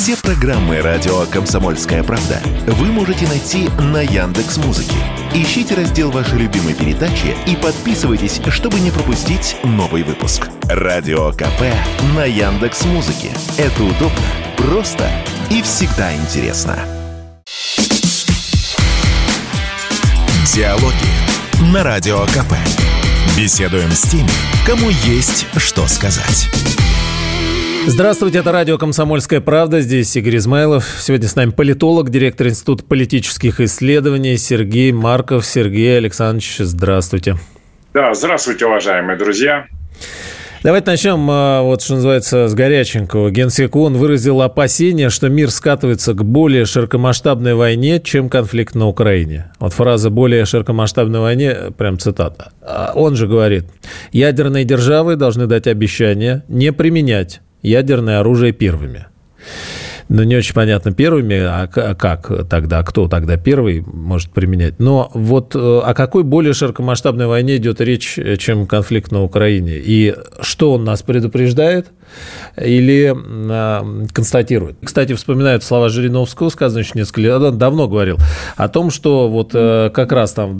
Все программы радио «Комсомольская правда» вы можете найти на Яндекс.Музыке. Ищите раздел вашей любимой передачи и подписывайтесь, чтобы не пропустить новый выпуск. Радио КП на Яндекс.Музыке. Это удобно, просто и всегда интересно. Диалоги на Радио КП. Беседуем с теми, кому есть что сказать. Здравствуйте, это радио «Комсомольская правда». Здесь Игорь Измайлов. Сегодня с нами политолог, директор Института политических исследований Сергей Марков. Сергей Александрович, здравствуйте. Да, здравствуйте, уважаемые друзья. Давайте начнем, вот что называется, с горяченького. Генсек ООН выразил опасения, что мир скатывается к более широкомасштабной войне, чем конфликт на Украине. Вот фраза «более широкомасштабной войне», прям цитата. Он же говорит: ядерные державы должны дать обещание не применять ядерное оружие первыми. Ну, не очень понятно, первыми, а как тогда, кто тогда первый может применять. Но вот о какой более широкомасштабной войне идет речь, чем конфликт на Украине? И что он нас предупреждает или констатирует? Кстати, вспоминают слова Жириновского, сказанные еще несколько лет, он давно говорил о том, что вот как раз там в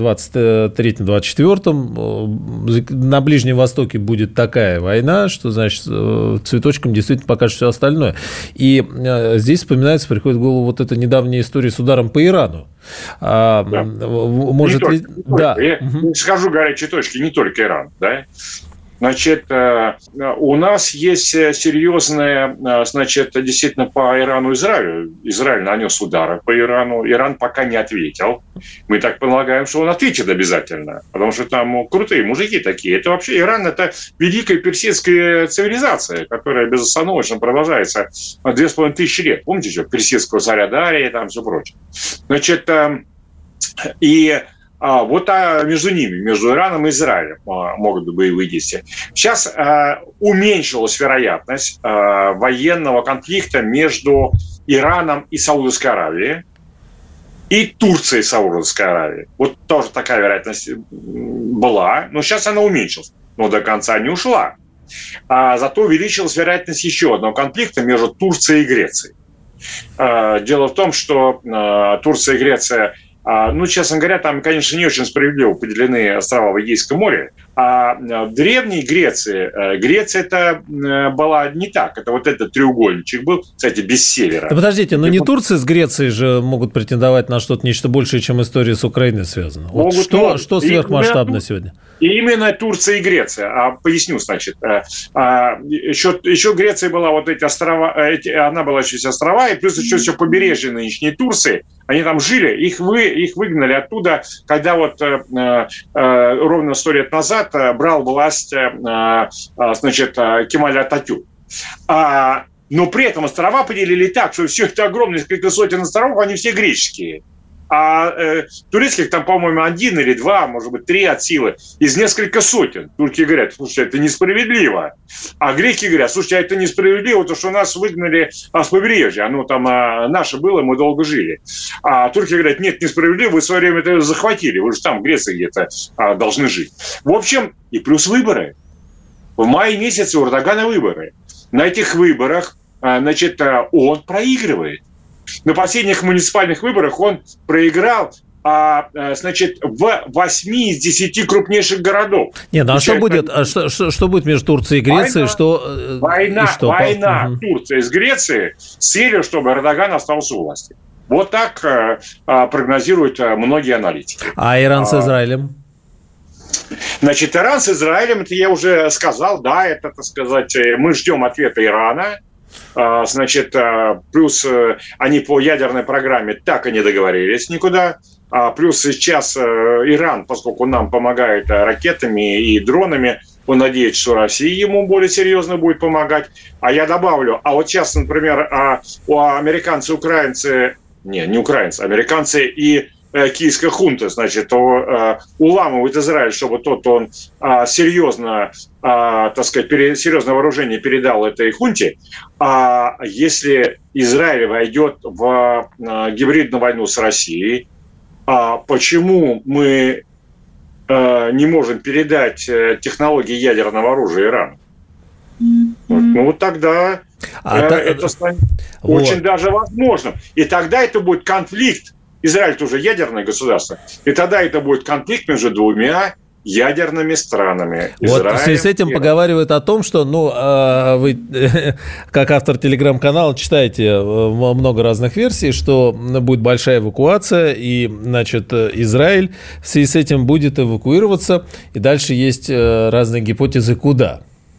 23-24 на Ближнем Востоке будет такая война, что, значит, цветочком действительно покажет все остальное. И здесь вспоминается, приходит в голову вот эта недавняя история с ударом по Ирану. Да. Может ли... Да. Я скажу горячие точки, не только Иран, да? Значит, у нас есть серьезная, значит, действительно по Ирану Израилю. Израиль нанес удары по Ирану. Иран пока не ответил. Мы так полагаем, что он ответит обязательно, потому что там крутые мужики такие. Это вообще Иран – это великая персидская цивилизация, которая безостановочно продолжается 2500 лет. Помните, что персидского царя Дария и там все прочее. Значит, и... Вот между ними, между Ираном и Израилем могут быть боевые действия. Сейчас уменьшилась вероятность военного конфликта между Ираном и Саудовской Аравией и Турцией и Саудовской Аравией. Вот тоже такая вероятность была, но сейчас она уменьшилась, но до конца не ушла. Зато увеличилась вероятность еще одного конфликта между Турцией и Грецией. Дело в том, что Турция и Греция... Ну, честно говоря, там, конечно, не очень справедливо поделены острова в Эгейском море. А в древней Греции, Греция это была не так. Это вот этот треугольничек был, кстати, без севера. Да подождите, но не Турция с Грецией же могут претендовать на что-то нечто большее, чем история с Украиной связана. Вот что сверхмасштабно сегодня? И именно Турция и Греция. Поясню, значит. Еще Греция была вот эти острова, она была еще острова, и плюс еще все побережье нынешней Турции. Они там жили, их выгнали оттуда, когда вот ровно 100 лет назад брал власть, значит, Кемаль Ататюрк. Но при этом острова поделили так, что все это огромное, несколько сотен островов, они все греческие. Турецких там, по-моему, 1 или 2, может быть, 3 от силы, из несколько сотен. Турки говорят: слушайте, это несправедливо. А греки говорят: слушайте, это несправедливо, потому что нас выгнали с побережья. Оно там наше было, мы долго жили. А турки говорят: нет, несправедливо, вы в свое время это захватили. Вы же там в Греции где-то должны жить. В общем, и плюс выборы. В мае месяце у Эрдогана выборы. На этих выборах, значит, он проигрывает. На последних муниципальных выборах он проиграл, значит, в 8 из 10 крупнейших городов. Нет, а что будет? Что будет между Турцией и Грецией? Война Турции с Грецией с целью, чтобы Эрдоган остался у власти. Вот так прогнозируют многие аналитики. А Иран с Израилем? Значит, Иран с Израилем, это я уже сказал, да, это, так сказать, мы ждем ответа Ирана. Значит, плюс они по ядерной программе так и не договорились никуда. Плюс сейчас Иран, поскольку нам помогает ракетами и дронами, он надеется, что Россия ему более серьезно будет помогать. А я добавлю, вот сейчас, например, у американцы и киевская хунта, значит, уламывает Израиль, чтобы он серьезно, так сказать, серьезное вооружение передал этой хунте. Если Израиль войдет в гибридную войну с Россией, почему мы не можем передать технологии ядерного оружия Ирану? Вот тогда это станет очень даже возможным. И тогда это будет конфликт. Израиль тоже ядерное государство. И тогда это будет конфликт между двумя ядерными странами. Вот в связи с этим поговаривают о том, что, вы, как автор телеграм-канала, читаете много разных версий, что будет большая эвакуация, и, значит, Израиль в связи с этим будет эвакуироваться, и дальше есть разные гипотезы, куда.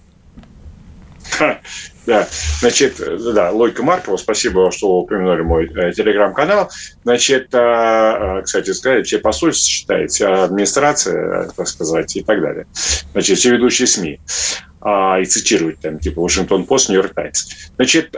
Да, значит, Лойка Маркова, спасибо, что вы упомянули мой телеграм-канал. Значит, кстати сказать, все посольства считает, вся администрация, так сказать, и так далее. Значит, все ведущие СМИ. И цитируют там, типа, Вашингтон-Пост, Нью-Йорк Таймс. Значит,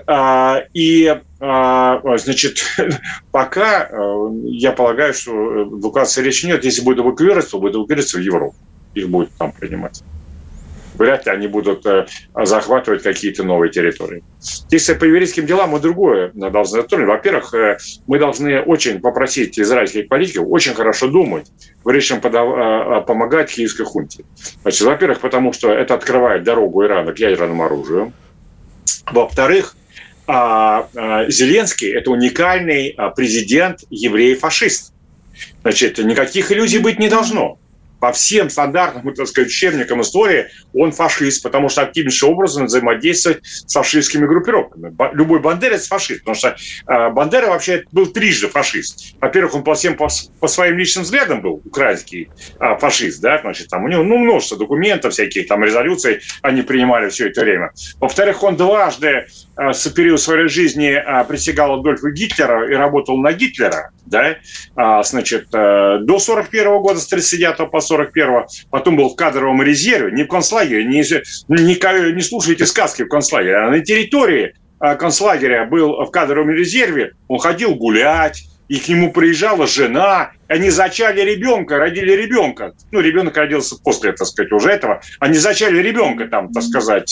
пока я полагаю, что эвакуации речи нет. Если будет эвакуироваться, то будет эвакуироваться в Европу. Их будет там принимать. Вряд ли они будут захватывать какие-то новые территории. Если по еврейским делам мы другое должны затронуть. Во-первых, мы должны очень попросить израильских политиков очень хорошо думать, прежде чем помогать киевской хунте. Значит, во-первых, потому что это открывает дорогу Ирана к ядерному оружию. Во-вторых, Зеленский – это уникальный президент еврей-фашист. Значит, никаких иллюзий быть не должно. По всем стандартным, так сказать, учебникам истории он фашист, потому что активнейшим образом взаимодействует с фашистскими группировками. Любой бандерец фашист, потому что Бандера вообще был трижды фашист. Во-первых, он по своим личным взглядам был украинский фашист, да, значит, там у него множество документов всяких, там резолюций они принимали все это время. Во-вторых, он дважды в период своей жизни присягал Адольфу Гитлеру и работал на Гитлера, да, значит, до 1941 года, с 1939 по 1941, потом был в кадровом резерве, не в концлагере, не слушайте сказки в концлагере, а на территории концлагеря был в кадровом резерве, он ходил гулять, и к нему приезжала жена, они зачали ребенка, родили ребенка. Ну, ребенок родился после, так сказать, уже этого. Они зачали ребенка там, так сказать,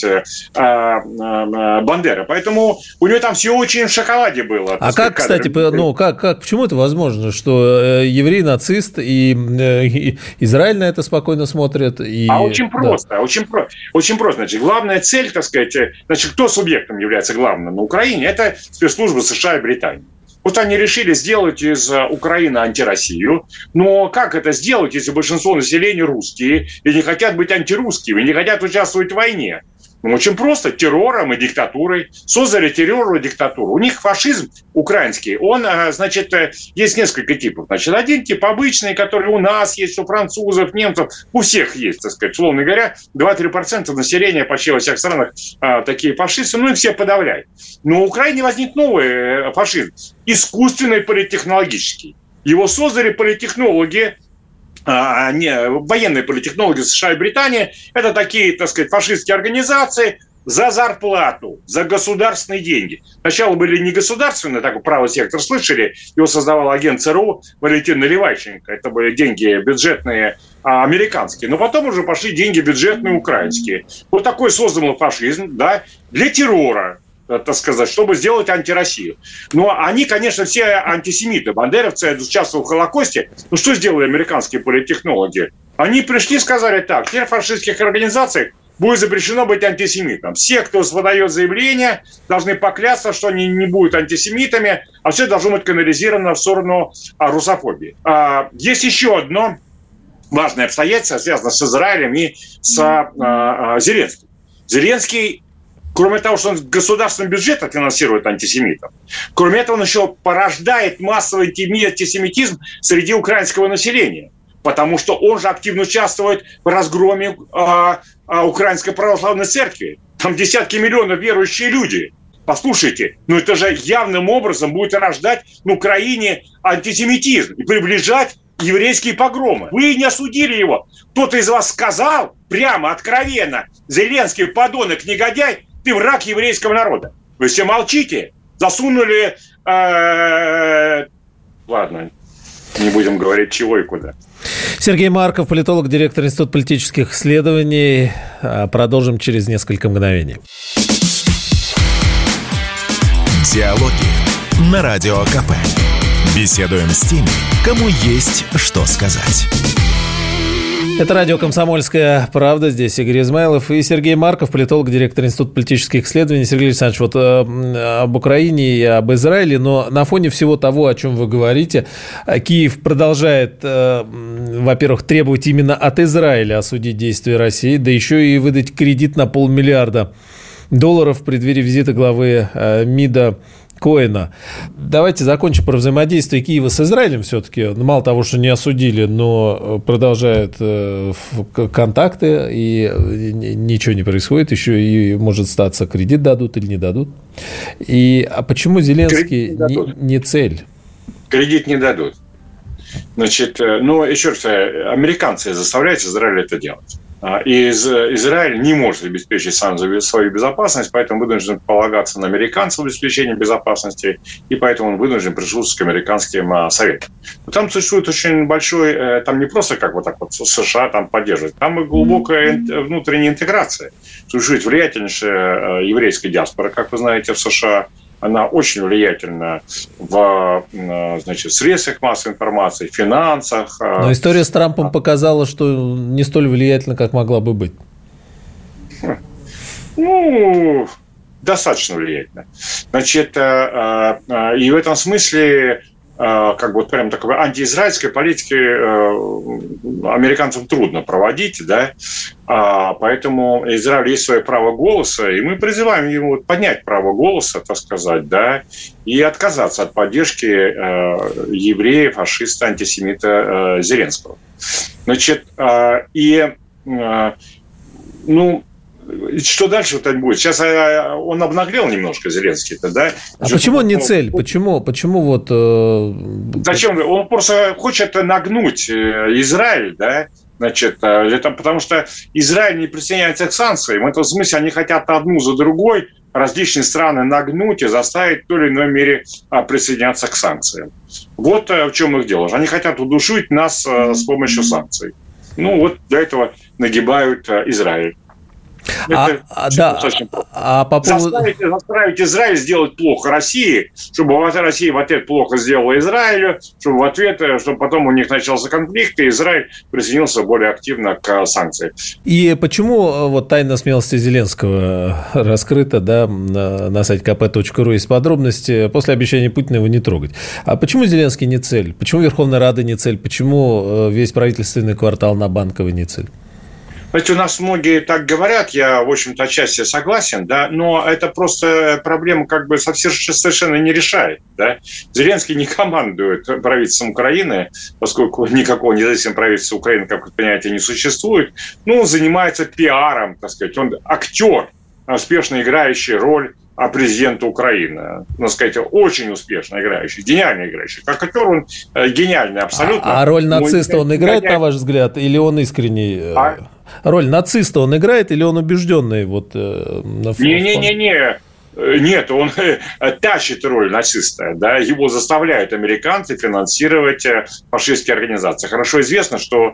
Бандера. Поэтому у него там все очень в шоколаде было. А как, кстати, почему это возможно, что еврей нацист и Израиль на это спокойно смотрят? Очень просто, очень просто. Значит, главная цель, так сказать, значит, кто субъектом является главным на Украине, это спецслужбы США и Британии. Вот они решили сделать из Украины антироссию. Но как это сделать, если большинство населения русские и не хотят быть антирусскими, не хотят участвовать в войне? Очень просто. Террором и диктатурой. Создали террор и диктатуру. У них фашизм украинский. Он, значит, есть несколько типов. Значит, один тип обычный, который у нас есть, у французов, немцев, у всех есть, так сказать. Условно говоря, 2-3% населения почти во всех странах такие фашисты. Ну, их все подавляют. Но в Украине возник новый фашизм. Искусственный политтехнологический. Его создали политтехнологи, военные политтехнологи США и Британии. Это такие, так сказать, фашистские организации за зарплату, за государственные деньги. Сначала были не государственные, так правый сектор слышали, его создавал агент ЦРУ Валентин Наливайченко. Это были деньги бюджетные американские. Но потом уже пошли деньги бюджетные украинские. Вот такой создан фашизм, да, для террора, так сказать, чтобы сделать антироссию. Но они, конечно, все антисемиты. Бандеровцы участвовали в Холокосте. Ну, что сделали американские политтехнологи? Они пришли и сказали так: теперь в фашистских организациях будет запрещено быть антисемитом. Все, кто подает заявление, должны поклясться, что они не будут антисемитами, а все должно быть канализировано в сторону русофобии. Есть еще одно важное обстоятельство, связанное с Израилем и с Зеленским. Зеленский, кроме того, что он государственный бюджет финансирует антисемитов, кроме этого он еще порождает массовый антисемитизм среди украинского населения, потому что он же активно участвует в разгроме Украинской православной церкви. Там десятки миллионов верующие люди. Послушайте, ну это же явным образом будет рождать на Украине антисемитизм и приближать еврейские погромы. Вы не осудили его. Кто-то из вас сказал прямо, откровенно: Зеленский, подонок, негодяй, ты враг еврейского народа. Вы все молчите. Засунули... Ладно, не будем говорить чего и куда. Сергей Марков, политолог, директор Института политических исследований. Продолжим через несколько мгновений. Диалоги на Радио КП. Беседуем с теми, кому есть что сказать. Это радио «Комсомольская правда». Здесь Игорь Измайлов и Сергей Марков, политолог, директор Института политических исследований. Сергей Александрович, вот об Украине и об Израиле, но на фоне всего того, о чем вы говорите, Киев продолжает, во-первых, требовать именно от Израиля осудить действия России, да еще и выдать кредит на $500 миллиарда в преддверии визита главы МИДа Коэна. Давайте закончим про взаимодействие Киева с Израилем все-таки. Мало того, что не осудили, но продолжают контакты, и ничего не происходит. Еще и, может статься, кредит дадут или не дадут. А почему Зеленский не цель? Кредит не дадут. Значит, еще раз, американцы заставляют Израиль это делать. И Израиль не может обеспечить сам свою безопасность, поэтому вынужден полагаться на американцев в обеспечении безопасности, и поэтому он вынужден прислушиваться к американским советам. Но там существует очень большой, там не просто как вот так вот США там поддерживают, там и глубокая внутренняя интеграция. Существует влиятельнейшая еврейская диаспора, как вы знаете, в США. Она очень влиятельна в средствах массовой информации, в финансах. Но история с Трампом показала, что не столь влиятельна, как могла бы быть. Достаточно влиятельна. Значит, и в этом смысле как бы вот прям такой антиизраильской политики американцам трудно проводить, да, поэтому Израиль есть свое право голоса, и мы призываем его поднять право голоса, так сказать, да, и отказаться от поддержки еврея, фашиста, антисемита Зеленского. Значит, что дальше вот будет? Сейчас он обнаглел немножко, Зеленский-то, да? Почему он не цель? Почему вот... Зачем? Он просто хочет нагнуть Израиль, да? Значит, потому что Израиль не присоединяется к санкциям. В этом смысле они хотят одну за другой различные страны нагнуть и заставить в той или иной мере присоединяться к санкциям. Вот в чем их дело. Они хотят удушить нас с помощью санкций. Вот для этого нагибают Израиль. По поводу... Заставить Израиль сделать плохо России, чтобы Россия в ответ плохо сделала Израилю, чтобы потом у них начался конфликт, и Израиль присоединился более активно к санкциям. И почему вот тайна смелости Зеленского раскрыта, да, на сайте kp.ru есть подробности, после обещания Путина его не трогать. А почему Зеленский не цель? Почему Верховная Рада не цель? Почему весь правительственный квартал на Банковой не цель? Знаете, у нас многие так говорят, я, в общем-то, отчасти согласен, да, но это просто проблему как бы совершенно не решает, да. Зеленский не командует правительством Украины, поскольку никакого независимого правительства Украины, как понятие, не существует, занимается пиаром, так сказать, он актер, успешно играющий роль президента Украины, надо сказать, очень успешно играющий, гениально играющий. Как актер он гениальный абсолютно. А роль нациста он играет, на ваш взгляд, или он искренний? Роль нациста он играет, или он убежденный? Не-не-не-не. Нет, он тащит роль нациста, да, его заставляют американцы финансировать фашистские организации. Хорошо известно, что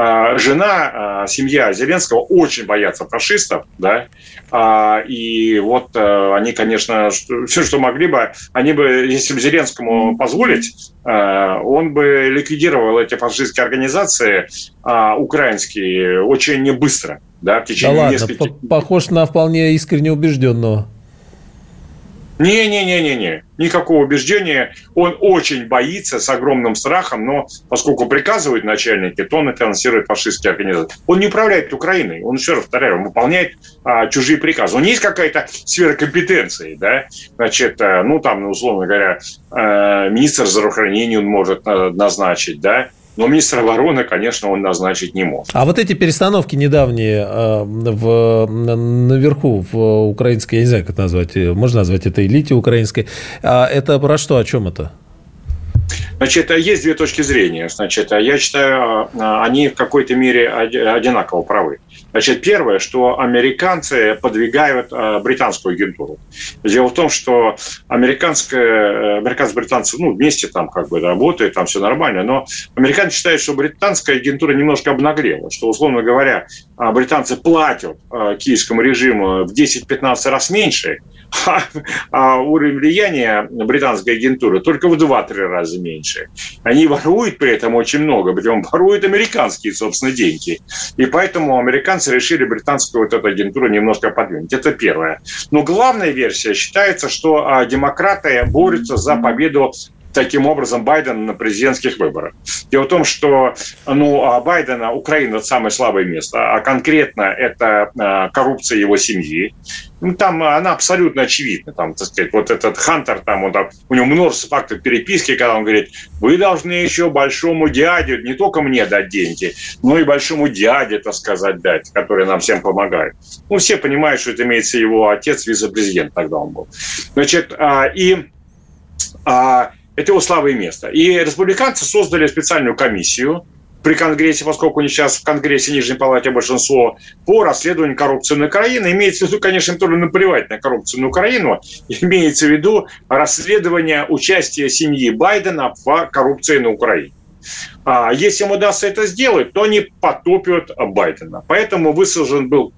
семья Зеленского очень боятся фашистов, да, и вот они, конечно, все, что могли бы, они бы, если бы Зеленскому позволить, он бы ликвидировал эти фашистские организации украинские очень быстро, да, в течение нескольких... Похож на вполне искренне убежденного. Не-не-не-не-не. Никакого убеждения. Он очень боится с огромным страхом, но поскольку приказывают начальники, то он финансирует фашистские организации. Он не управляет Украиной. Он, еще раз повторяю, он выполняет чужие приказы. У него есть какая-то сфера компетенции, да? Значит, условно говоря, министр здравоохранения он может назначить, да? Но министра обороны, конечно, он назначить не может. А вот эти перестановки недавние наверху, в украинской, я не знаю, как это назвать, можно назвать это элите украинской, это про что, о чем это? Значит, есть две точки зрения. Значит, я считаю, они в какой-то мере одинаково правы. Значит, первое, что американцы подвигают британскую агентуру. Дело в том, что американцы, британцы, вместе там как бы работают, там все нормально, но американцы считают, что британская агентура немножко обнаглела, что, условно говоря, британцы платят киевскому режиму в 10-15 раз меньше, а уровень влияния британской агентуры только в 2-3 раза меньше. Они воруют при этом очень много, причем воруют американские, собственно, деньги. И поэтому американцы решили британскую вот эту агентуру немножко подвинуть. Это первое. Но главная версия считается, что демократы борются за победу таким образом Байдена на президентских выборах. Дело в том, что Байдена Украина – это самое слабое место, а конкретно это коррупция его семьи. Там она абсолютно очевидна. Там, так сказать, вот этот Хантер, у него множество фактов переписки, когда он говорит, вы должны еще большому дяде, не только мне дать деньги, но и большому дяде, так сказать, дать, который нам всем помогает. Все понимают, что это имеется его отец, вице-президент тогда он был. Значит, это его слабое место. И республиканцы создали специальную комиссию при Конгрессе, поскольку у них сейчас в Конгрессе Нижней Палате большинство, по расследованию коррупции на Украине. Имеется в виду, конечно, им тоже наплевать на коррупцию на Украину. Имеется в виду расследование участия семьи Байдена в коррупции на Украине. Если им удастся это сделать, то они потопят Байдена. Поэтому высажен был,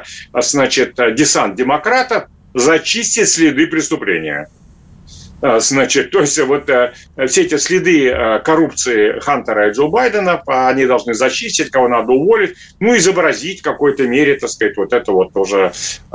десант демократов зачистить следы преступления. Значит, то есть все эти следы коррупции Хантера и Джо Байдена, они должны зачистить, кого надо уволить, изобразить в какой-то мере, так сказать, вот это вот тоже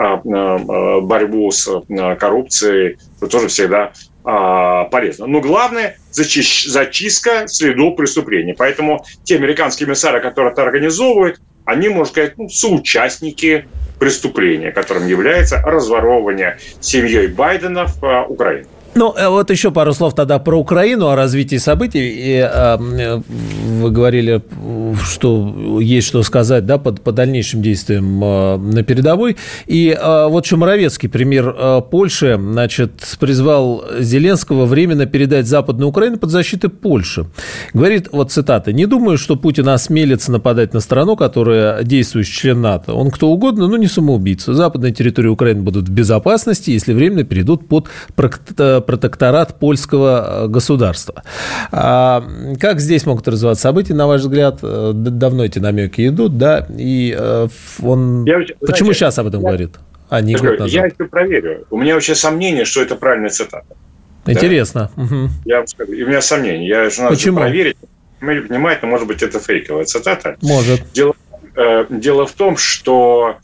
борьбу с коррупцией, это тоже всегда полезно. Но главное – зачистка следов преступлений. Поэтому те американские эмиссары, которые это организовывают, они, можно сказать, соучастники преступления, которым является разворовывание семьей Байдена в Украину. Вот еще пару слов тогда про Украину, о развитии событий. И, вы говорили, что есть что сказать, да, по дальнейшим действиям на передовой. И вот еще Моровецкий, премьер Польши, призвал Зеленского временно передать Западную Украину под защиту Польши. Говорит, вот цитата, «Не думаю, что Путин осмелится нападать на страну, которая действующий член НАТО. Он кто угодно, но не самоубийца. Западные территории Украины будут в безопасности, если временно перейдут под протекторат польского государства». Как здесь могут развиваться события, на ваш взгляд? Давно эти намеки идут, да? И почему сейчас об этом говорит, а не год назад? Я это проверю. У меня вообще сомнение, что это правильная цитата. Интересно. Да? Угу. У меня сомнения. Я же надо проверить. Внимательно, может быть, это фейковая цитата. Может. Дело в том, что,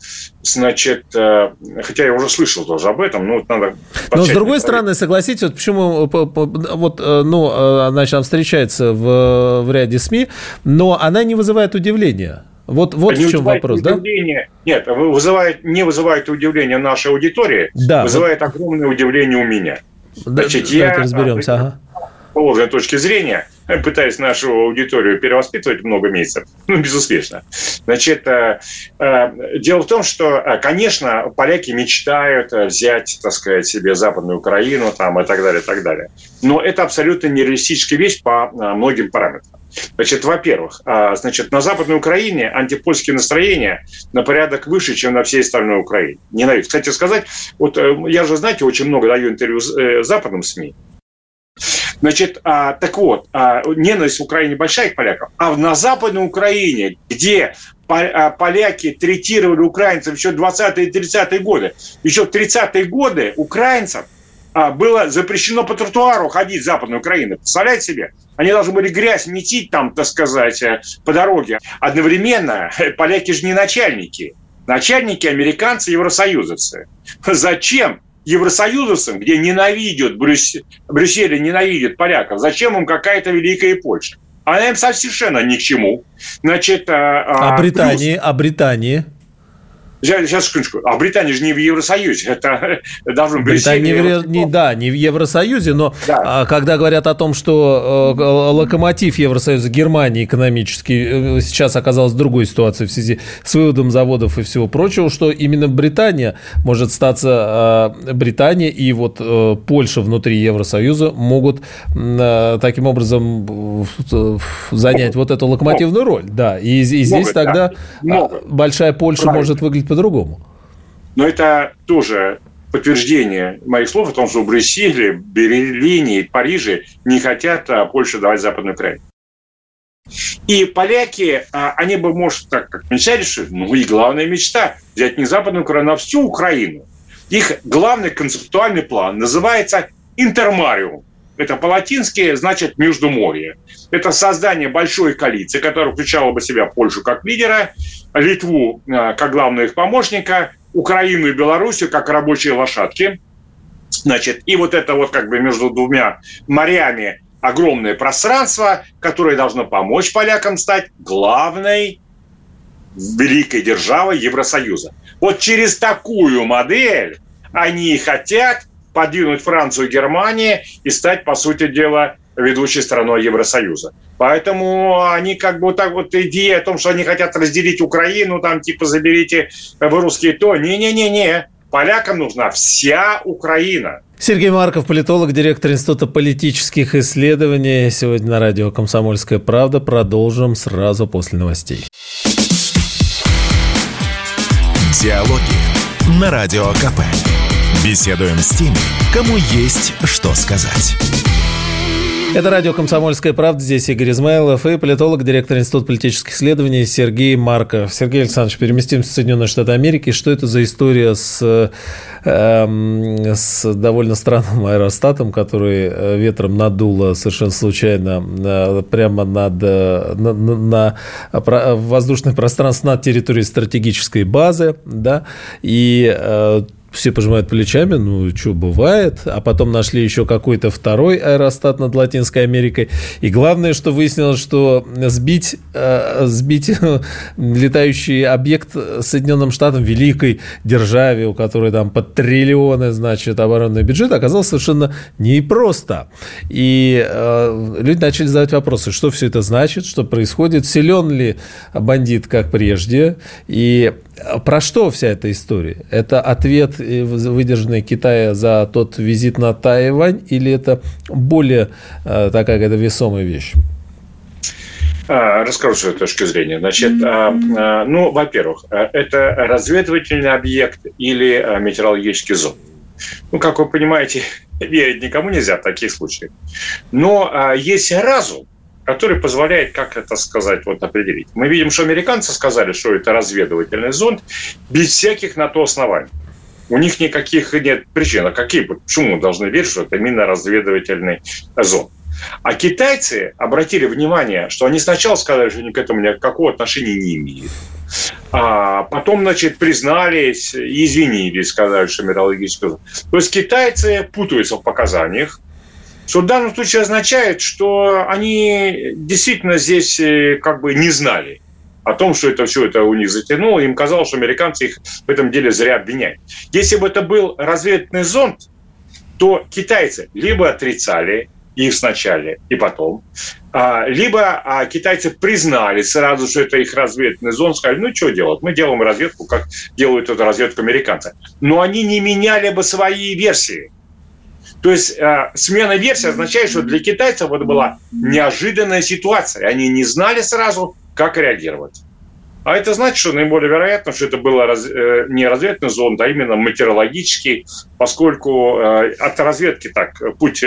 хотя я уже слышал тоже об этом, надо... Но, с другой стороны, согласитесь, почему она встречается в ряде СМИ, но она не вызывает удивления. Вот в чем вопрос, да? Нет, не вызывает удивления нашей аудитории, да, вызывает огромное удивление у меня. Давайте разберемся. С положенной точки зрения, пытаясь нашу аудиторию перевоспитывать много месяцев, безуспешно. Дело в том, что, конечно, поляки мечтают взять, так сказать, себе Западную Украину и так далее, и так далее. Но это абсолютно нереалистическая вещь по многим параметрам. Во-первых, на Западной Украине антипольские настроения на порядок выше, чем на всей остальной Украине. Ненавижу. Кстати сказать, я же, знаете, очень много даю интервью западным СМИ. Ненависть в Украине большая к полякам, а на Западной Украине, где поляки третировали украинцев еще 20-е и 30-е годы, еще в 30-е годы украинцам было запрещено по тротуару ходить в Западной Украине. Представляете себе? Они должны были грязь метить там, так сказать, по дороге. Одновременно поляки же не начальники. Начальники американцы, евросоюзовцы. Зачем евросоюзовцам, где ненавидят Брюссель ненавидят поляков, зачем им какая-то Великая Польша? Она им совершенно ни к чему. Британии? Сейчас, секундочку. А Британия же не в Евросоюзе. Это должно быть... Британия не в Евросоюзе, но когда говорят о том, что локомотив Евросоюза Германии экономически сейчас оказалась в другой ситуации в связи с выводом заводов и всего прочего, что именно Британия может статься... Британия и Польша внутри Евросоюза могут таким образом занять эту локомотивную роль. Да, и здесь тогда большая Польша может выглядеть по-другому. Но это тоже подтверждение моих слов о том, что в Брюсселе, Берлине и Париже не хотят Польше давать Западную Украину. И поляки, они бы, может, так как мечтали, что и главная мечта взять не Западную Украину, а всю Украину. Их главный концептуальный план называется «Интермариум». Это по-латински значит «Междуморье». Это создание большой коалиции, которая включала бы в себя Польшу как лидера, Литву как главного их помощника, Украину и Белоруссию как рабочие лошадки. Значит, и вот это вот как бы между двумя морями огромное пространство, которое должно помочь полякам стать главной великой державой Евросоюза. Вот через такую модель они хотят подвинуть Францию и Германию и стать, по сути дела, ведущей страной Евросоюза. Поэтому они как бы вот так вот, идея о том, что они хотят разделить Украину, там типа заберите вы русские, то не-не-не-не. Полякам нужна вся Украина. Сергей Марков, политолог, директор Института политических исследований. Сегодня на радио «Комсомольская правда». Продолжим сразу после новостей. Диалоги на Радио КП. Беседуем с теми, кому есть что сказать. Это радио «Комсомольская правда». Здесь Игорь Измайлов и политолог, директор Института политических исследований Сергей Марков. Сергей Александрович, переместимся в Соединенные Штаты Америки. Что это за история с довольно странным аэростатом, который ветром надуло совершенно случайно прямо на воздушное пространство над территорией стратегической базы, да, и все пожимают плечами, ну, что, бывает. А потом нашли еще какой-то второй аэростат над Латинской Америкой. И главное, что выяснилось, что сбить летающий объект Соединенным Штатам, великой державе, у которой там под триллионы, значит, оборонный бюджет, оказалось совершенно непросто. И люди начали задавать вопросы, что все это значит, что происходит, силен ли бандит, как прежде, и про что вся эта история? Это ответ, выдержанный Китая за тот визит на Тайвань, или это более такая какая-то весомая вещь? Расскажу свою точку зрения. Значит, ну, во-первых, это разведывательный объект или метеорологический зонд. Ну, как вы понимаете, верить никому нельзя в таких случаях. Но есть разум, который позволяет, как это сказать, вот определить. Мы видим, что американцы сказали, что это разведывательный зонд, без всяких на то оснований. У них никаких нет причин. А какие? Почему мы должны верить, что это именно разведывательный зонд? А китайцы обратили внимание, что они сначала сказали, что они к этому никакого отношения не имеют. А потом, значит, признались и извинились, сказали, что метеорологический зонд. То есть китайцы путаются в показаниях, что в данном случае означает, что они действительно здесь как бы не знали о том, что это все это у них затянуло. Им казалось, что американцы их в этом деле зря обвиняют. Если бы это был разведывательный зонд, то китайцы либо отрицали их сначала и потом, либо китайцы признали сразу, что это их разведывательный зонд, сказали, ну что делать, мы делаем разведку, как делают эту разведку американцы. Но они не меняли бы свои версии. То есть смена версии означает, что для китайцев это была неожиданная ситуация. Они не знали сразу, как реагировать. А это значит, что наиболее вероятно, что это было не разведывательный зонд, а именно метеорологический, поскольку от разведки так путь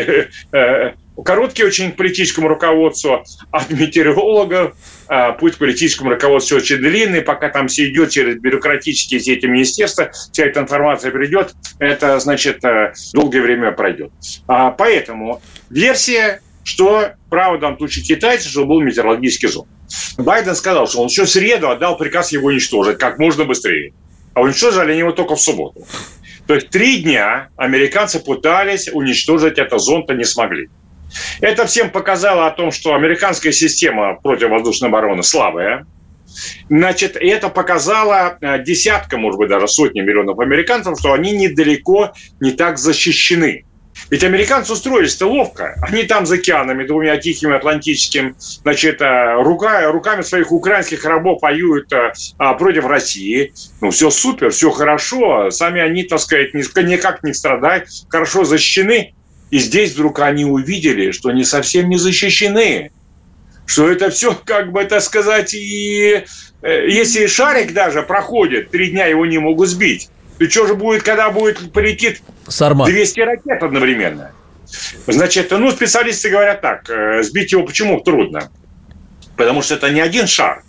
короткий очень к политическому руководству, от метеорологов путь к политическому руководству очень длинный, пока там все идет через бюрократические все эти министерства, вся эта информация придет, это, значит, долгое время пройдет. Поэтому версия, что, правда, в данном случае китайцы, что был метеорологический зонд. Байден сказал, что он еще в среду отдал приказ его уничтожить как можно быстрее. А уничтожили они его только в субботу. То есть 3 дня американцы пытались уничтожить этот зонд, а не смогли. Это всем показало о том, что американская система противовоздушной обороны слабая. Значит, и это показало десяткам, может быть, даже сотням миллионов американцев, что они недалеко не так защищены. Ведь американцы устроились-то ловко. Они там за океанами, 2 тихими атлантическими, значит, руками своих украинских рабов воюют против России. Ну, все супер, все хорошо. Сами они, так сказать, никак не страдают, хорошо защищены. И здесь вдруг они увидели, что они совсем не защищены. Что это все, как бы, так сказать, и если шарик даже проходит, 3 дня его не могут сбить. То что же будет, когда полетит Сармат. 200 ракет одновременно? Значит, ну, специалисты говорят так, сбить его почему трудно? Потому что это не один шар.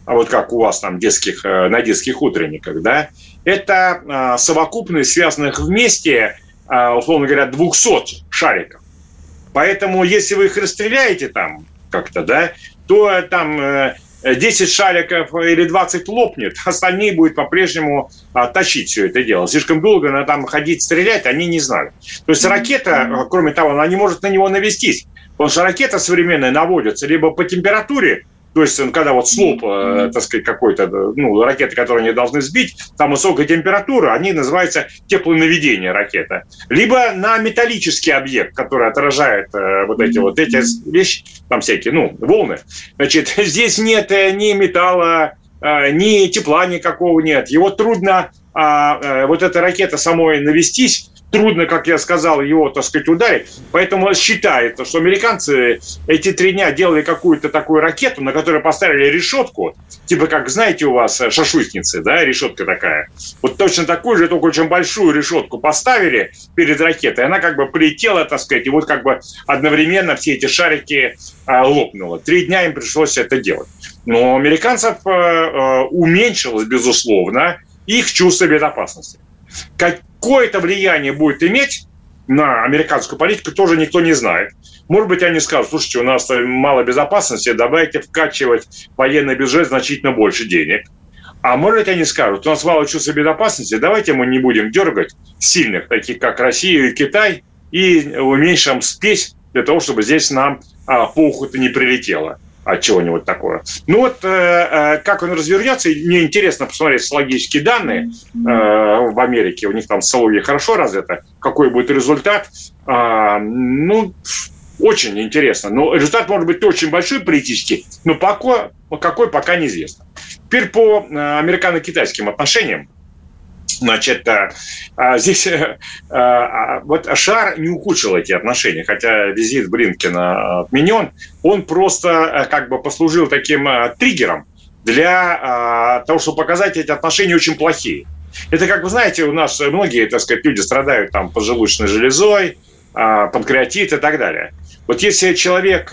вот как у вас там на детских утренниках, да, это совокупность связанных вместе, условно говоря, 200 шариков. Поэтому, если вы их расстреляете там как-то, да, то там 10 шариков или 20 лопнет, остальные будут по-прежнему тащить все это дело. Слишком долго надо там ходить, стрелять, они не знали. То есть ракета, кроме того, она не может на него навестись. Потому что ракета современная наводится либо по температуре, то есть, когда вот слоп, так сказать, какой-то, ракеты, которые они должны сбить, там высокая температура, они называются теплонаведение ракеты. Либо на металлический объект, который отражает эти вещи, там всякие, волны. Значит, здесь нет ни металла, ни тепла никакого нет. Его трудно, вот эта ракета самой навестись, трудно, как я сказал, его, так сказать, ударить. Поэтому считается, что американцы эти 3 дня делали какую-то такую ракету, на которой поставили решетку, типа как, знаете, у вас шашутницы, да, решетка такая. Вот точно такую же, только очень большую решетку поставили перед ракетой, она как бы полетела, так сказать, и вот как бы одновременно все эти шарики лопнуло. 3 дня им пришлось это делать. Но у американцев уменьшилось, безусловно, их чувство безопасности. Какое-то влияние будет иметь на американскую политику, тоже никто не знает. Может быть, они скажут: слушайте, у нас мало безопасности, давайте вкачивать в военный бюджет значительно больше денег. А может быть, они скажут: у нас мало чувства безопасности, давайте мы не будем дергать сильных, таких как Россия и Китай, и уменьшим спесь для того, чтобы здесь нам по уху-то не прилетело от чего-нибудь такого. Как он развернется, мне интересно посмотреть социологические данные в Америке, у них там социология хорошо развита, какой будет результат, очень интересно. Но результат может быть очень большой политический, но какой пока неизвестно. Теперь по американо-китайским отношениям. Значит, здесь вот Шар не ухудшил эти отношения, хотя визит Блинкена отменен. Он просто как бы послужил таким триггером для того, чтобы показать, эти отношения очень плохие. Это, как вы знаете, у нас многие, так сказать, люди страдают там поджелудочной железой, панкреатит и так далее. Вот если человек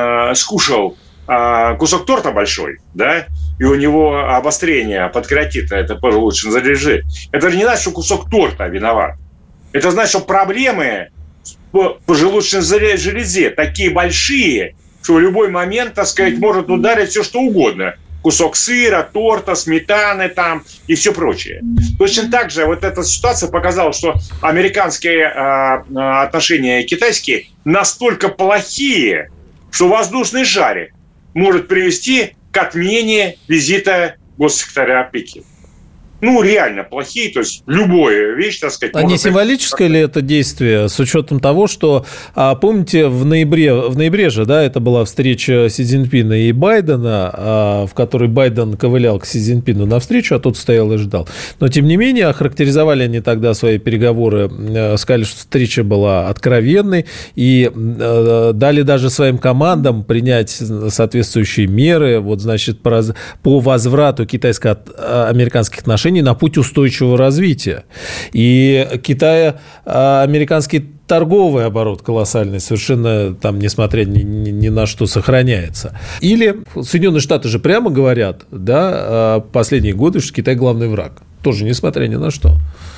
скушал кусок торта большой, да, и у него обострение панкреатита, это поджелудочной железы, это же не значит, что кусок торта виноват. Это значит, что проблемы по поджелудочной железе такие большие, что в любой момент, так сказать, может ударить все, что угодно. Кусок сыра, торта, сметаны там и все прочее. Точно так же вот эта ситуация показала, что американские отношения и китайские настолько плохие, что воздушный шарик может привести к отмене визита госсекретаря Пекина. Реально плохие, то есть любая вещь, так сказать... А не символическое ли это действие, с учетом того, что, помните, в ноябре же, да, это была встреча Си Цзиньпина и Байдена, в которой Байден ковылял к Си Цзиньпину навстречу, а тот стоял и ждал. Но, тем не менее, охарактеризовали они тогда свои переговоры, сказали, что встреча была откровенной, и дали даже своим командам принять соответствующие меры, вот, значит, по возврату китайско-американских отношений на путь устойчивого развития. И китайско-американский торговый оборот колоссальный, совершенно там, несмотря ни на что, сохраняется. Или Соединенные Штаты же прямо говорят, да, последние годы, что Китай главный враг. Тоже несмотря ни на что.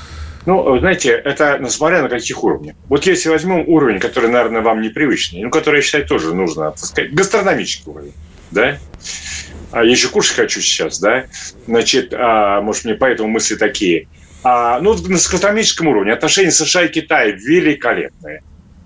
Знаете, это несмотря на каких уровнях. Вот если возьмем уровень, который, наверное, вам непривычный, который, я считаю, тоже нужно, так сказать, гастрономический уровень, да? Я еще кушать хочу сейчас, да? Значит, может, мне поэтому мысли такие. На гастрономическом уровне отношения США и Китая великолепные.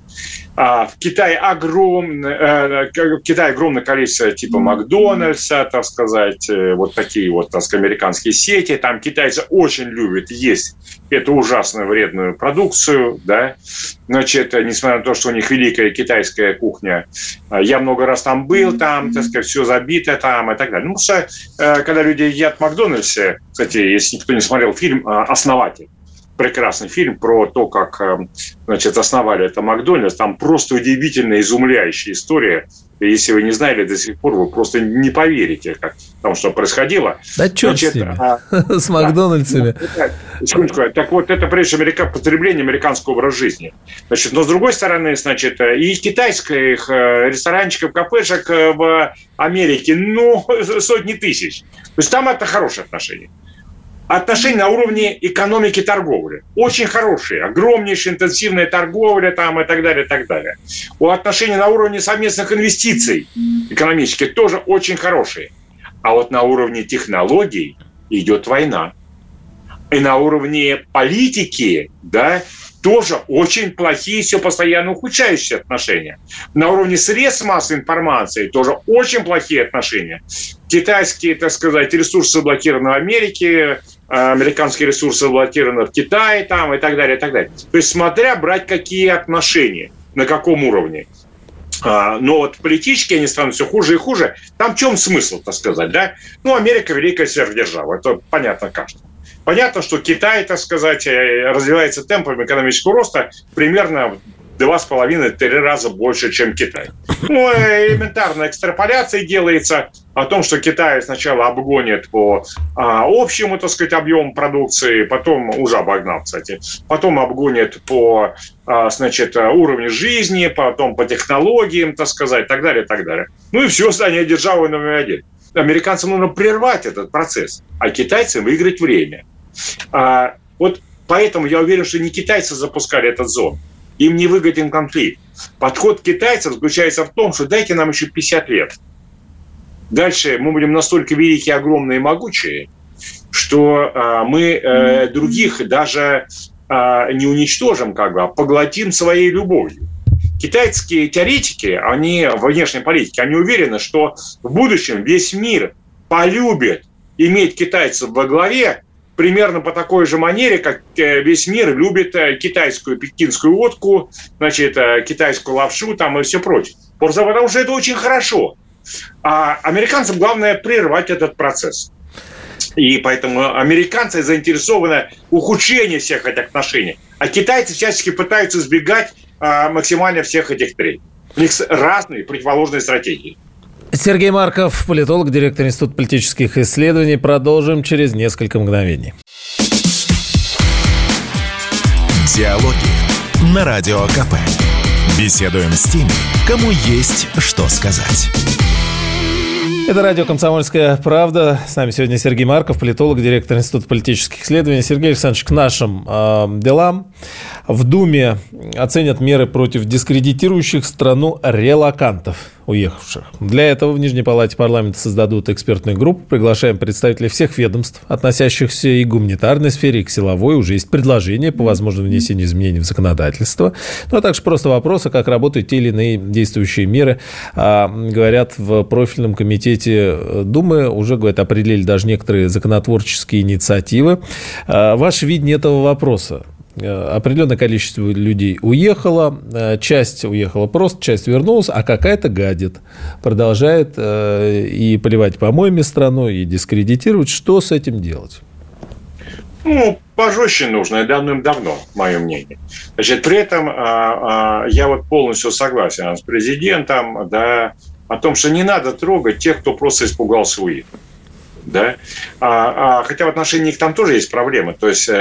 В Китае огромное количество типа Макдональдса, так сказать, вот такие вот, так сказать, американские сети. Там китайцы очень любят есть эту ужасно вредную продукцию, да. Значит, несмотря на то, что у них великая китайская кухня, я много раз там был, там, так сказать, все забито там и так далее. Потому что, когда люди едят в Макдональдсе, кстати, если никто не смотрел фильм «Основатель», прекрасный фильм про то, как, значит, основали это Макдональдс. Там просто удивительная, изумляющая история. И если вы не знали до сих пор, вы просто не поверите, как там что происходило. Да черт с ними, с Макдональдсами. Так вот, это прежде всего потребление американского образа жизни. Значит, но с другой стороны, значит, и китайских ресторанчиков, кафешек в Америке, сотни тысяч. То есть там это хорошие отношения. Отношения на уровне экономики торговли. Очень хорошие. Огромнейшая интенсивная торговля там и так далее, и так далее. У отношений на уровне совместных инвестиций экономических тоже очень хорошие. А вот на уровне технологий идет война. И на уровне политики, да, тоже очень плохие, все постоянно ухудшающиеся отношения. На уровне средств массовой информации тоже очень плохие отношения. Китайские, так сказать, ресурсы заблокированы в Америке, американские ресурсы заблокированы в Китае там, и так далее, и так далее. То есть смотря брать какие отношения, на каком уровне. Но вот политически они становятся все хуже и хуже. Там в чем смысл, так сказать, да? Америка – великая сверхдержава, это понятно каждому. Понятно, что Китай, так сказать, развивается темпами экономического роста примерно в 2,5-3 раза больше, чем Китай. Элементарная экстраполяция делается о том, что Китай сначала обгонит по общему, так сказать, объему продукции, потом уже обогнал, кстати, потом обгонит по, значит, уровню жизни, потом по технологиям, так сказать, так далее, так далее. И все, станет державой номер один. Американцам нужно прервать этот процесс, а китайцам выиграть время. Вот поэтому я уверен, что не китайцы запускали этот зон. Им не выгоден конфликт. Подход китайцев заключается в том, что дайте нам еще 50 лет. Дальше мы будем настолько великие, огромные и могучие, что мы других даже не уничтожим, а поглотим своей любовью. Китайские теоретики, они в внешней политике, они уверены, что в будущем весь мир полюбит иметь китайцев во главе примерно по такой же манере, как весь мир любит китайскую пекинскую водку, значит, китайскую лапшу там и все прочее. Потому что это очень хорошо. А американцам главное прервать этот процесс. И поэтому американцы заинтересованы в ухудшении всех этих отношений. А китайцы всячески пытаются избегать максимально всех этих требований. У них разные противоположные стратегии. Сергей Марков, политолог, директор Института политических исследований. Продолжим через несколько мгновений. Диалоги на Радио КП. Беседуем с теми, кому есть что сказать. Это радио «Комсомольская правда». С нами сегодня Сергей Марков, политолог, директор Института политических исследований. Сергей Александрович, к нашим делам. В Думе оценят меры против дискредитирующих страну релокантов, уехавших. Для этого в Нижней палате парламента создадут экспертную группу. Приглашаем представителей всех ведомств, относящихся и к гуманитарной сфере, и к силовой. Уже есть предложения по возможному внесению изменений в законодательство. А также просто вопросы, как работают те или иные действующие меры. Говорят, в профильном комитете Думы уже, говорят, определили даже некоторые законотворческие инициативы. Ваше видение этого вопроса? Определенное количество людей уехало, часть уехала просто, часть вернулась, а какая-то гадит. Продолжает и поливать помоями страну, и дискредитировать. Что с этим делать? Пожестче нужно, и давным-давно, мое мнение. Значит, при этом я вот полностью согласен с президентом, да, о том, что не надо трогать тех, кто просто испугался уехать. Да? Хотя в отношении них там тоже есть проблемы. То есть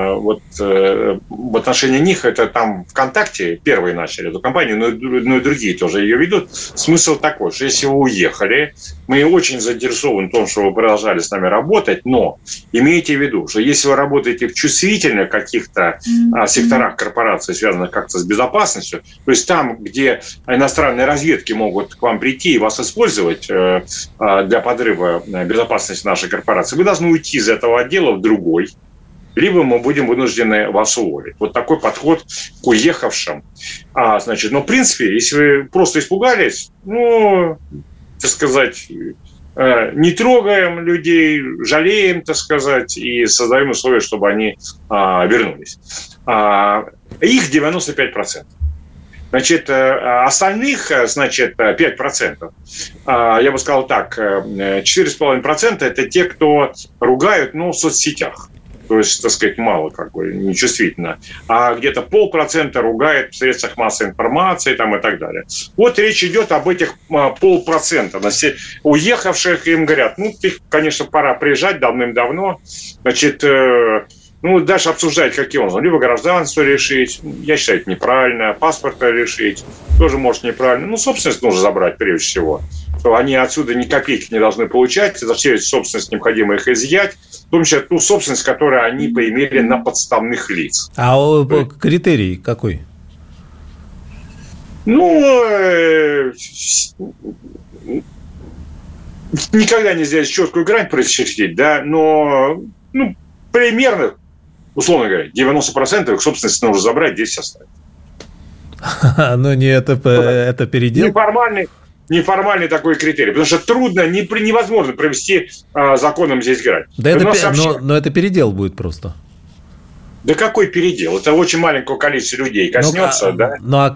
в отношении них это там ВКонтакте первые начали эту кампанию, но и другие тоже ее ведут. Смысл такой, что если вы уехали, мы очень заинтересованы в том, что вы продолжали с нами работать, но имейте в виду, что если вы работаете в чувствительных каких-то секторах корпораций, связанных как-то с безопасностью, то есть там, где иностранные разведки могут к вам прийти и вас использовать для подрыва безопасности нашей корпорации, вы должны уйти из этого отдела в другой, либо мы будем вынуждены вас уволить. Вот такой подход к уехавшим. Значит, в принципе, если вы просто испугались, так сказать, не трогаем людей, жалеем, так сказать, и создаем условия, чтобы они вернулись. Их 95%. Значит, остальных, 5%, я бы сказал так, 4,5% это те, кто ругают, в соцсетях. то есть, так сказать, мало, как бы, нечувствительно, а где-то 0,5% ругает в средствах массовой информации там, и так далее. Вот речь идет об этих 0,5%. Уехавших им говорят, их, конечно, пора приезжать давным-давно, значит, дальше обсуждать, какие он. Либо гражданство решить, я считаю, это неправильно, паспорт решить, тоже, может, неправильно. Собственность нужно забрать прежде всего. Что они отсюда ни копейки не должны получать, за всю собственность необходимо их изъять, в том числе ту собственность, которую они поимели на подставных лиц. А критерий какой? Никогда нельзя четкую грань прочертить, да, но примерно, условно говоря, 90% их собственности нужно забрать, 10 оставить. Но не это передел? Неформальный такой критерий, потому что трудно, невозможно провести законом здесь грань. Да но это передел будет просто. Да какой передел? Это очень маленького количества людей коснется, да?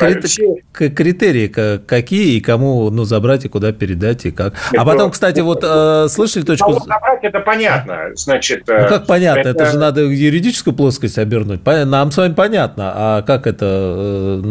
Критерии какие и кому забрать и куда передать и как? А потом, кстати, слышали точку... Забрать это понятно, значит... как понятно? Это же надо юридическую плоскость обернуть. Нам с вами понятно, а как это,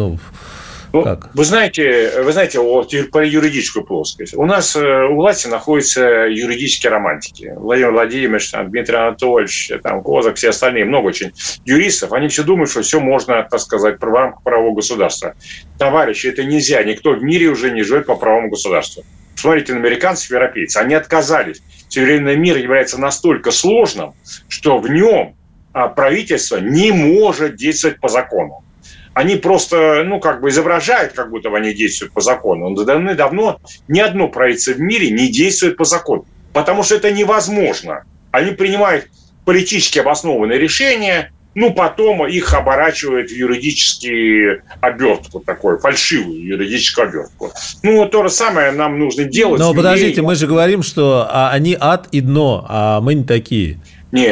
как? Вы знаете, вот про юридическую плоскость. У нас у власти находятся юридические романтики. Владимир Владимирович, Дмитрий Анатольевич, Козак, все остальные, много очень юристов. Они все думают, что все можно, так сказать, в рамках правового государства. Товарищи, это нельзя. Никто в мире уже не живет по правовому государству. Смотрите на американцев, европейцев. Они отказались. Современный мир является настолько сложным, что в нем правительство не может действовать по закону. Они просто, изображают, как будто они действуют по закону. Но давно ни одно правительство в мире не действует по закону. Потому что это невозможно. Они принимают политически обоснованные решения, потом их оборачивают в юридическую обертку, такую фальшивую юридическую обертку. То же самое нам нужно делать. Но подождите, мы же говорим, что они ад и дно, а мы не такие. Не,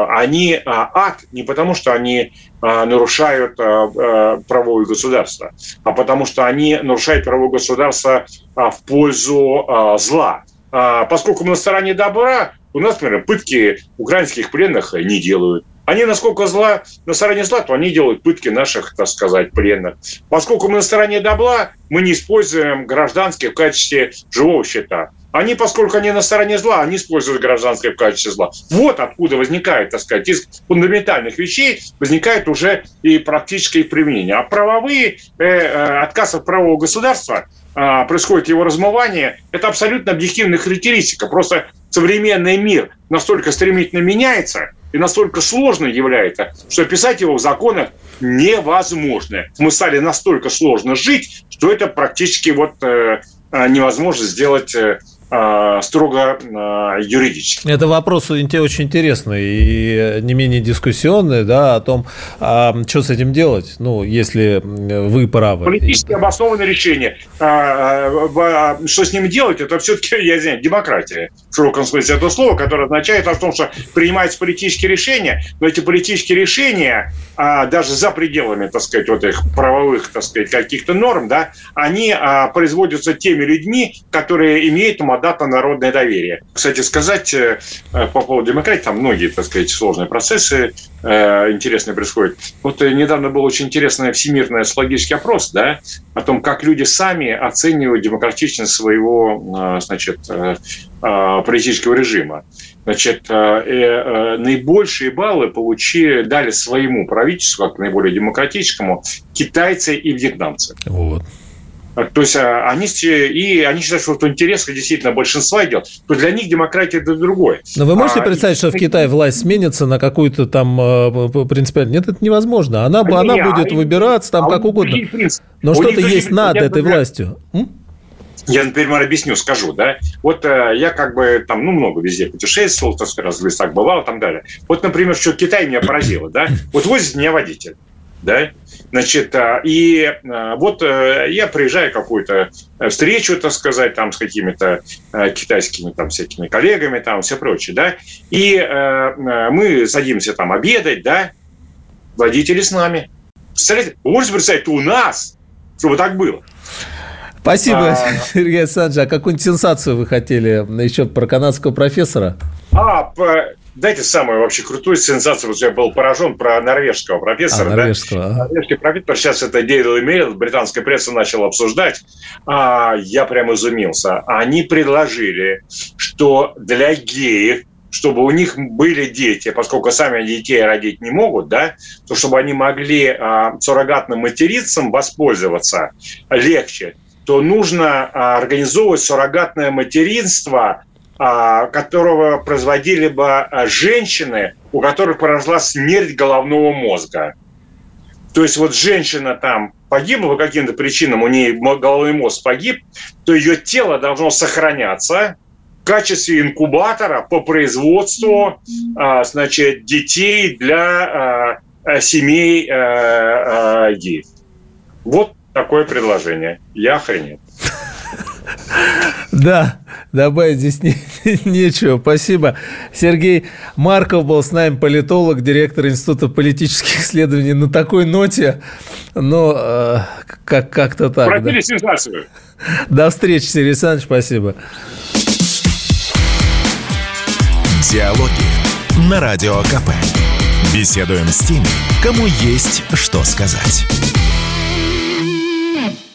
они ад не потому, что они нарушают правовое государство, а потому что они нарушают правовое государство в пользу зла. Поскольку мы на стороне добра, у нас, например, пытки украинских пленных не делают. Они, насколько на стороне зла, то они делают пытки наших, так сказать, пленных. Поскольку мы на стороне добра, мы не используем гражданских в качестве живого щита. Поскольку они на стороне зла, они используют гражданское в качестве зла. Вот откуда возникает, так сказать, из фундаментальных вещей возникает уже и практическое применение. А правовые, отказ от правового государства, происходит его размывание, это абсолютно объективная характеристика. Просто современный мир настолько стремительно меняется и настолько сложно является, что описать его в законах невозможно. Мы стали настолько сложно жить, что это практически невозможно сделать строго юридически. Это вопрос очень интересный и не менее дискуссионный, да, о том, что с этим делать, если вы правы. Политически обоснованное решение. Что с ним делать, это все-таки, я знаю, демократия, в широком смысле этого слова, которое означает о том, что принимаются политические решения, но эти политические решения, даже за пределами, так сказать, их правовых, так сказать, каких-то норм, да, они производятся теми людьми, которые имеют мандата народное доверие. Кстати сказать, по поводу демократии, там многие, так сказать, сложные процессы интересные происходят. Недавно был очень интересный всемирный социологический опрос, да, о том, как люди сами оценивают демократичность своего, политического режима. Наибольшие баллы дали своему правительству, как наиболее демократическому, китайцы и вьетнамцы. Вот. То есть они считают, что в интересах действительно большинства идет, то для них демократия – это другое. Но вы можете представить, что в Китае власть сменится на какую-то там принципиально? Нет, это невозможно. Она будет выбираться там как угодно. Но что-то есть над этой властью. Я, например, скажу, да. Я много везде путешествовал, так сказать, в лесах бывал и так далее. Например, что Китай меня поразило, да. Возит меня водитель. Да? Я приезжаю в какую-то встречу, так сказать, там, с какими-то китайскими там, всякими коллегами, там, все прочее, да, и мы садимся там обедать, да, водители с нами. Представляете, вы можете представить, у нас, чтобы так было. Спасибо, Сергей Александрович. А какую-нибудь сенсацию вы хотели еще про канадского профессора? дайте самую вообще крутую сенсацию. Вот я был поражен про норвежского профессора. Норвежский профессор. Сейчас это Daily Mail, британская пресса начала обсуждать. Я прям изумился. Они предложили, что для геев, чтобы у них были дети, поскольку сами детей родить не могут, да, то чтобы они могли суррогатным материнством воспользоваться легче, то нужно организовывать суррогатное материнство, которого производили бы женщины, у которых произошла смерть головного мозга. То есть вот женщина там погибла по каким-то причинам, у нее головной мозг погиб, то ее тело должно сохраняться в качестве инкубатора по производству, значит, детей для семей геев. Вот такое предложение. Я охренел. Да, добавить здесь нечего. Спасибо. Сергей Марков был с нами, политолог, директор Института политических исследований. На такой ноте, но как-то так. Пробили сенсацию. До встречи, Сергей Александрович. Спасибо. Диалоги на Радио КП. Беседуем с теми, кому есть что сказать.